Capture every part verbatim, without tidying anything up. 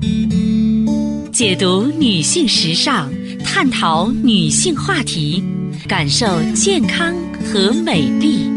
解读女性时尚，探讨女性话题，感受健康和美丽。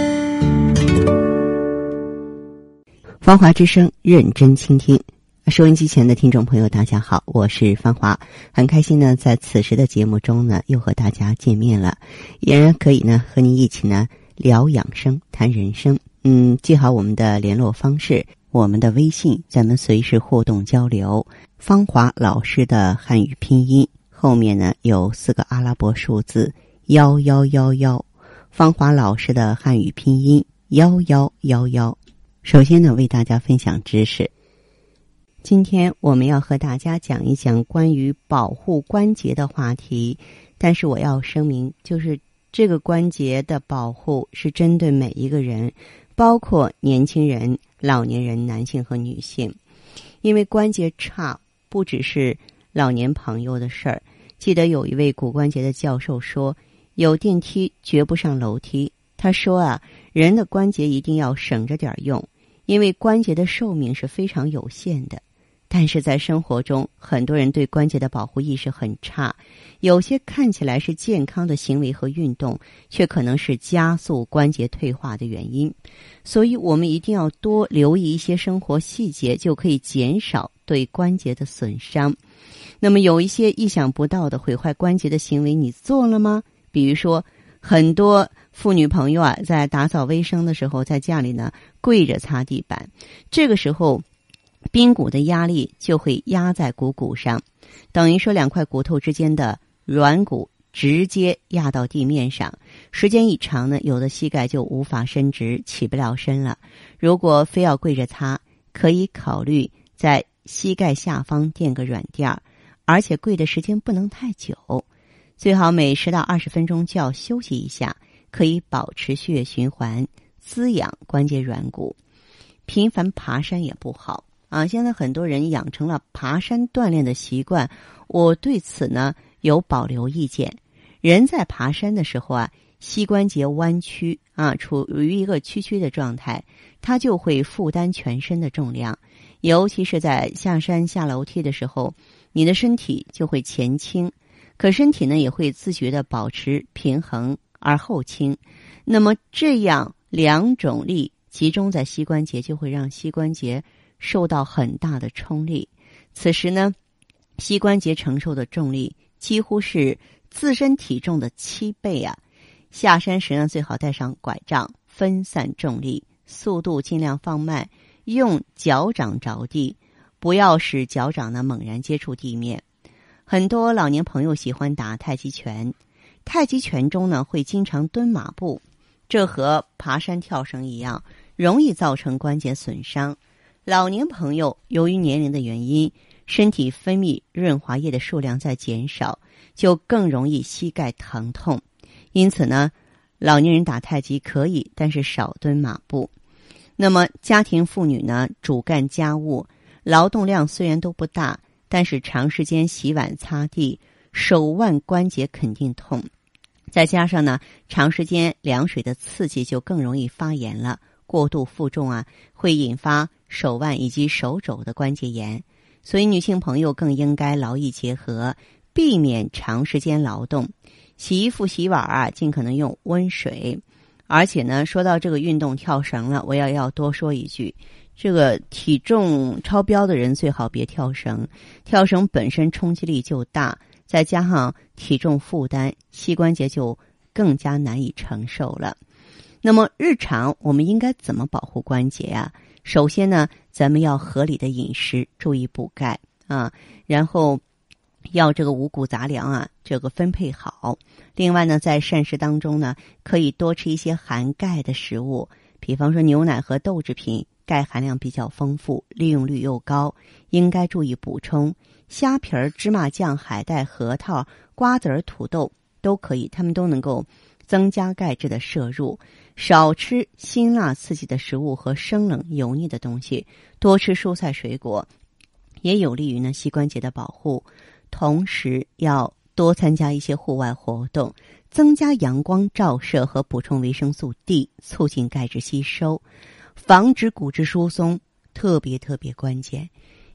芳华之声，认真倾听。收音机前的听众朋友大家好，我是芳华，很开心呢在此时的节目中呢又和大家见面了，依然可以呢和您一起呢聊养生谈人生。嗯，记好我们的联络方式，我们的微信，咱们随时互动交流。芳华老师的汉语拼音后面呢有四个阿拉伯数字幺幺幺幺，芳华老师的汉语拼音幺幺幺幺。首先呢为大家分享知识。今天我们要和大家讲一讲关于保护关节的话题，但是我要声明，就是这个关节的保护是针对每一个人，包括年轻人、老年人、男性和女性。因为关节差不只是老年朋友的事儿。记得有一位骨关节的教授说，有电梯绝不上楼梯。他说啊，人的关节一定要省着点用，因为关节的寿命是非常有限的。但是在生活中，很多人对关节的保护意识很差，有些看起来是健康的行为和运动，却可能是加速关节退化的原因。所以我们一定要多留意一些生活细节，就可以减少对关节的损伤。那么有一些意想不到的毁坏关节的行为你做了吗？比如说很多妇女朋友啊，在打扫卫生的时候，在家里呢跪着擦地板，这个时候髌骨的压力就会压在股骨上，等于说两块骨头之间的软骨直接压到地面上，时间一长呢，有的膝盖就无法伸直，起不了身了。如果非要跪着擦，可以考虑在膝盖下方垫个软垫儿，而且跪的时间不能太久，最好每十到二十分钟就要休息一下，可以保持血液循环，滋养关节软骨。频繁爬山也不好啊，现在很多人养成了爬山锻炼的习惯，我对此呢有保留意见。人在爬山的时候啊，膝关节弯曲啊，处于一个屈曲的状态，它就会负担全身的重量，尤其是在下山下楼梯的时候，你的身体就会前倾，可身体呢也会自觉地保持平衡而后倾。那么这样两种力集中在膝关节，就会让膝关节受到很大的冲力，此时呢，膝关节承受的重力几乎是自身体重的七倍啊！下山时呢，最好带上拐杖，分散重力，速度尽量放慢，用脚掌着地，不要使脚掌呢猛然接触地面。很多老年朋友喜欢打太极拳，太极拳中呢会经常蹲马步，这和爬山跳绳一样，容易造成关节损伤。老年朋友由于年龄的原因，身体分泌润滑液的数量在减少，就更容易膝盖疼痛。因此呢，老年人打太极可以，但是少蹲马步。那么家庭妇女呢，主干家务，劳动量虽然都不大，但是长时间洗碗擦地，手腕关节肯定痛。再加上呢，长时间凉水的刺激就更容易发炎了。过度负重啊，会引发手腕以及手肘的关节炎，所以女性朋友更应该劳逸结合，避免长时间劳动。洗衣服洗碗啊，尽可能用温水。而且呢，说到这个运动跳绳了，我要要多说一句，这个体重超标的人最好别跳绳，跳绳本身冲击力就大，再加上体重负担，膝关节就更加难以承受了。那么日常我们应该怎么保护关节啊？首先呢，咱们要合理的饮食，注意补钙啊，然后要这个五谷杂粮啊，这个分配好。另外呢，在膳食当中呢，可以多吃一些含钙的食物，比方说牛奶和豆制品，钙含量比较丰富，利用率又高，应该注意补充。虾皮儿、芝麻酱、海带、核桃、瓜子儿、土豆都可以，它们都能够增加钙质的摄入。少吃辛辣刺激的食物和生冷油腻的东西，多吃蔬菜水果，也有利于呢膝关节的保护。同时要多参加一些户外活动，增加阳光照射和补充维生素 D， 促进钙质吸收，防止骨质疏松，特别特别关键。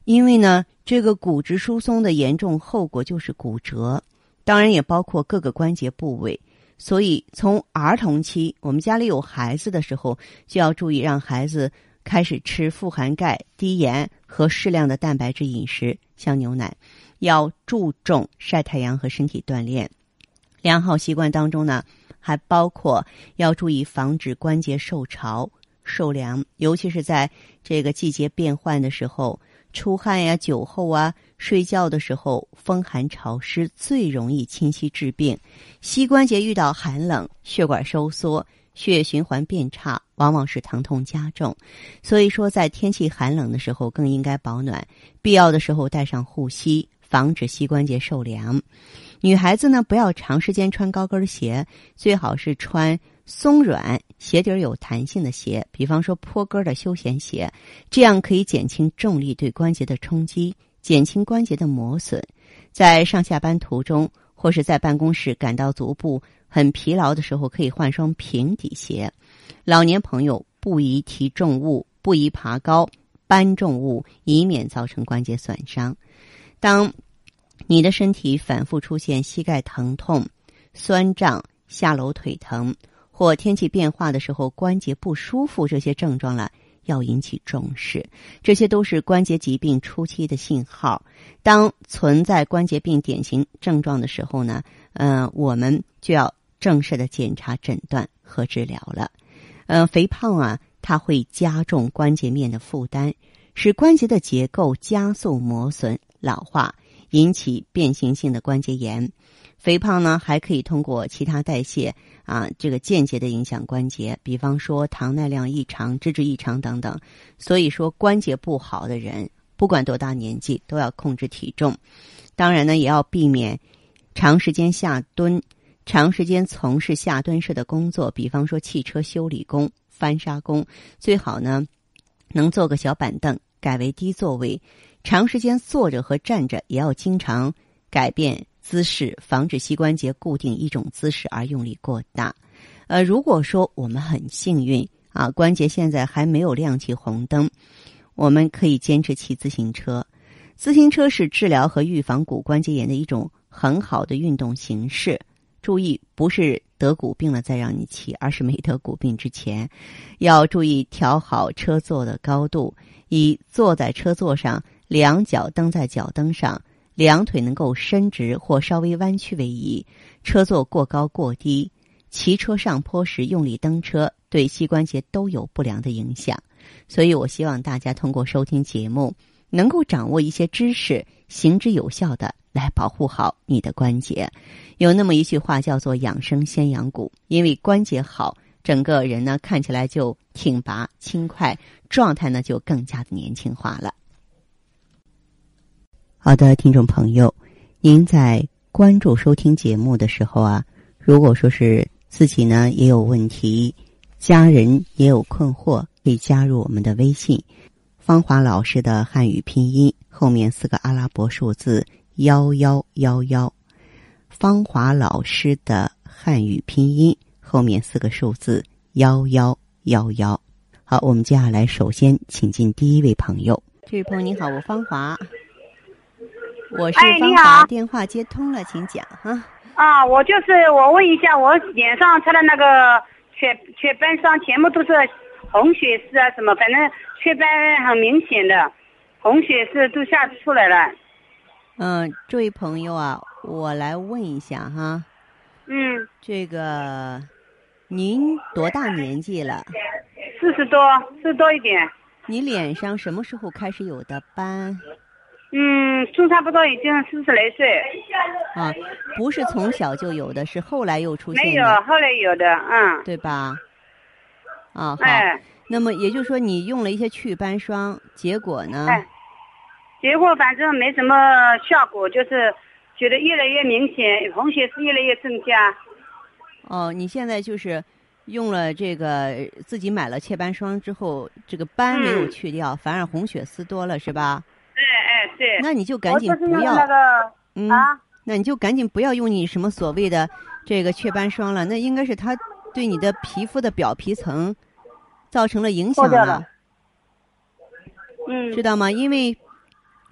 因为呢，这个骨质疏松的严重后果就是骨折，当然也包括各个关节部位。所以从儿童期，我们家里有孩子的时候，就要注意让孩子开始吃富含钙、低盐和适量的蛋白质饮食，像牛奶。要注重晒太阳和身体锻炼。良好习惯当中呢，还包括要注意防止关节受潮、受凉，尤其是在这个季节变换的时候，出汗呀、酒后啊、睡觉的时候，风寒潮湿最容易侵袭致病。膝关节遇到寒冷，血管收缩，血液循环变差，往往是疼痛加重。所以说，在天气寒冷的时候更应该保暖，必要的时候带上护膝，防止膝关节受凉。女孩子呢，不要长时间穿高跟鞋，最好是穿松软、鞋底有弹性的鞋，比方说坡跟的休闲鞋，这样可以减轻重力对关节的冲击，减轻关节的磨损。在上下班途中或是在办公室感到足部很疲劳的时候，可以换双平底鞋。老年朋友不宜提重物，不宜爬高、搬重物，以免造成关节损伤。当你的身体反复出现膝盖疼痛、酸胀、下楼腿疼，或天气变化的时候关节不舒服，这些症状了，要引起重视。这些都是关节疾病初期的信号。当存在关节病典型症状的时候呢，呃，我们就要正式的检查、诊断和治疗了。呃，肥胖啊，它会加重关节面的负担，使关节的结构加速磨损、老化，引起变形性的关节炎。肥胖呢，还可以通过其他代谢啊，这个间接的影响关节，比方说糖耐量异常、脂质异常等等。所以说，关节不好的人，不管多大年纪，都要控制体重。当然呢，也要避免长时间下蹲、长时间从事下蹲式的工作，比方说汽车修理工、翻砂工。最好呢，能坐个小板凳，改为低座位。长时间坐着和站着，也要经常改变姿势，防止膝关节固定一种姿势而用力过大。呃，如果说我们很幸运啊，关节现在还没有亮起红灯，我们可以坚持骑自行车。自行车是治疗和预防骨关节炎的一种很好的运动形式。注意，不是得骨病了再让你骑，而是没得骨病之前，要注意调好车座的高度，以坐在车座上，两脚蹬在脚蹬上，两腿能够伸直或稍微弯曲为宜。车座过高过低，骑车上坡时用力蹬车，对膝关节都有不良的影响。所以我希望大家通过收听节目，能够掌握一些知识，行之有效的来保护好你的关节。有那么一句话叫做养生先养骨，因为关节好，整个人呢看起来就挺拔轻快，状态呢就更加的年轻化了。好的，听众朋友，您在关注收听节目的时候啊，如果说是自己呢也有问题，家人也有困惑，可以加入我们的微信芳华老师的汉语拼音后面四个阿拉伯数字幺幺幺幺，芳华老师的汉语拼音后面四个数字幺幺幺幺。好，我们接下来首先请进第一位朋友。这位朋友你好，我芳华。我是芳华，电话接通了，请讲哈。 啊，我就是我问一下，我脸上擦的那个雀雀斑霜，全部都是红血丝啊什么，反正雀斑很明显的，红血丝都下出来了。 嗯，这位朋友啊，我来问一下哈。 嗯。 这个，您多大年纪了？ 四十多，四十多一点。 你脸上什么时候开始有的斑？ 嗯，就差不多已经四十来岁。 啊，不是从小就有的，是后来又出现的。 没有，后来有的，嗯。 对吧？啊，好。 哎。 那么也就是说，你用了一些祛斑霜，结果呢？ 哎。结果反正没什么效果，就是觉得越来越明显，红血丝越来越增加。 哦，你现在就是用了这个自己买了祛斑霜之后，这个斑没有去掉，嗯、反而红血丝多了，是吧？ 对，哎，对。 那你就赶紧不要， 那个、 嗯啊， 那你就赶紧不要用你什么所谓的这个祛斑霜了，那应该是它对你的皮肤的表皮层造成了影响了。 嗯， 知道吗？因为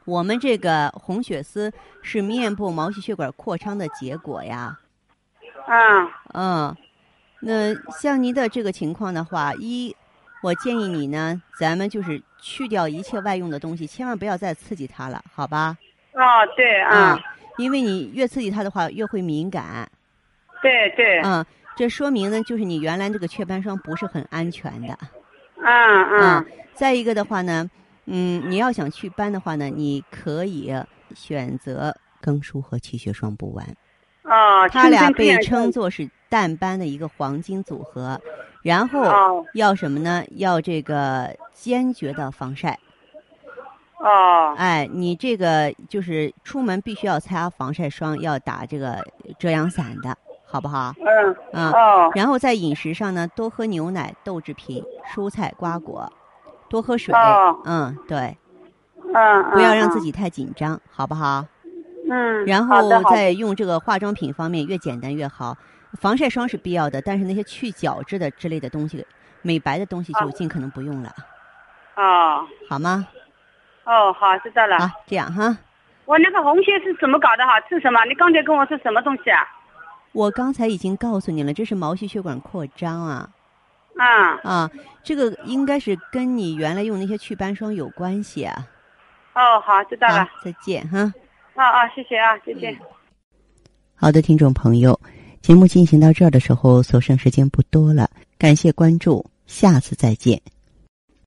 我们这个红血丝是面部毛细血管扩张的结果呀。 嗯嗯，那像您的这个情况的话，一，我建议你呢，咱们就是去掉一切外用的东西，千万不要再刺激它了，好吧？ 哦，对， 嗯， 嗯， 因为你越刺激它的话，越会敏感。 对对， 嗯，这说明呢，就是你原来这个雀斑霜不是很安全的。 嗯嗯。 再一个的话呢，嗯，你要想祛斑的话呢，你可以选择更舒和气血双补丸。 哦， 它俩被称作是淡斑的一个黄金组合。然后要什么呢？要这个坚决的防晒。 哦。 哎，你这个就是出门必须要擦防晒霜，要打这个遮阳伞的，好不好？ 嗯。 嗯。 哦。 然后在饮食上呢，多喝牛奶、豆制品、蔬菜、瓜果，多喝水。 哦。 嗯，对。 嗯。 不要让自己太紧张，好不好？ 嗯。 然后再用这个化妆品方面，越简单越好。防晒霜是必要的，但是那些去角质的之类的东西、美白的东西就尽可能不用了。 哦。 好吗？ 哦，好，知道了。 好，这样哈。 我那个红血是怎么搞的哈？是什么？你刚才跟我说什么东西啊？ 我刚才已经告诉你了，这是毛细血管扩张啊。 啊。 啊，这个应该是跟你原来用那些祛斑霜有关系啊。 哦，好，知道了。 好，再见哈。 啊啊，谢谢啊，谢谢。嗯、 好的，听众朋友，节目进行到这儿的时候，所剩时间不多了，感谢关注，下次再见。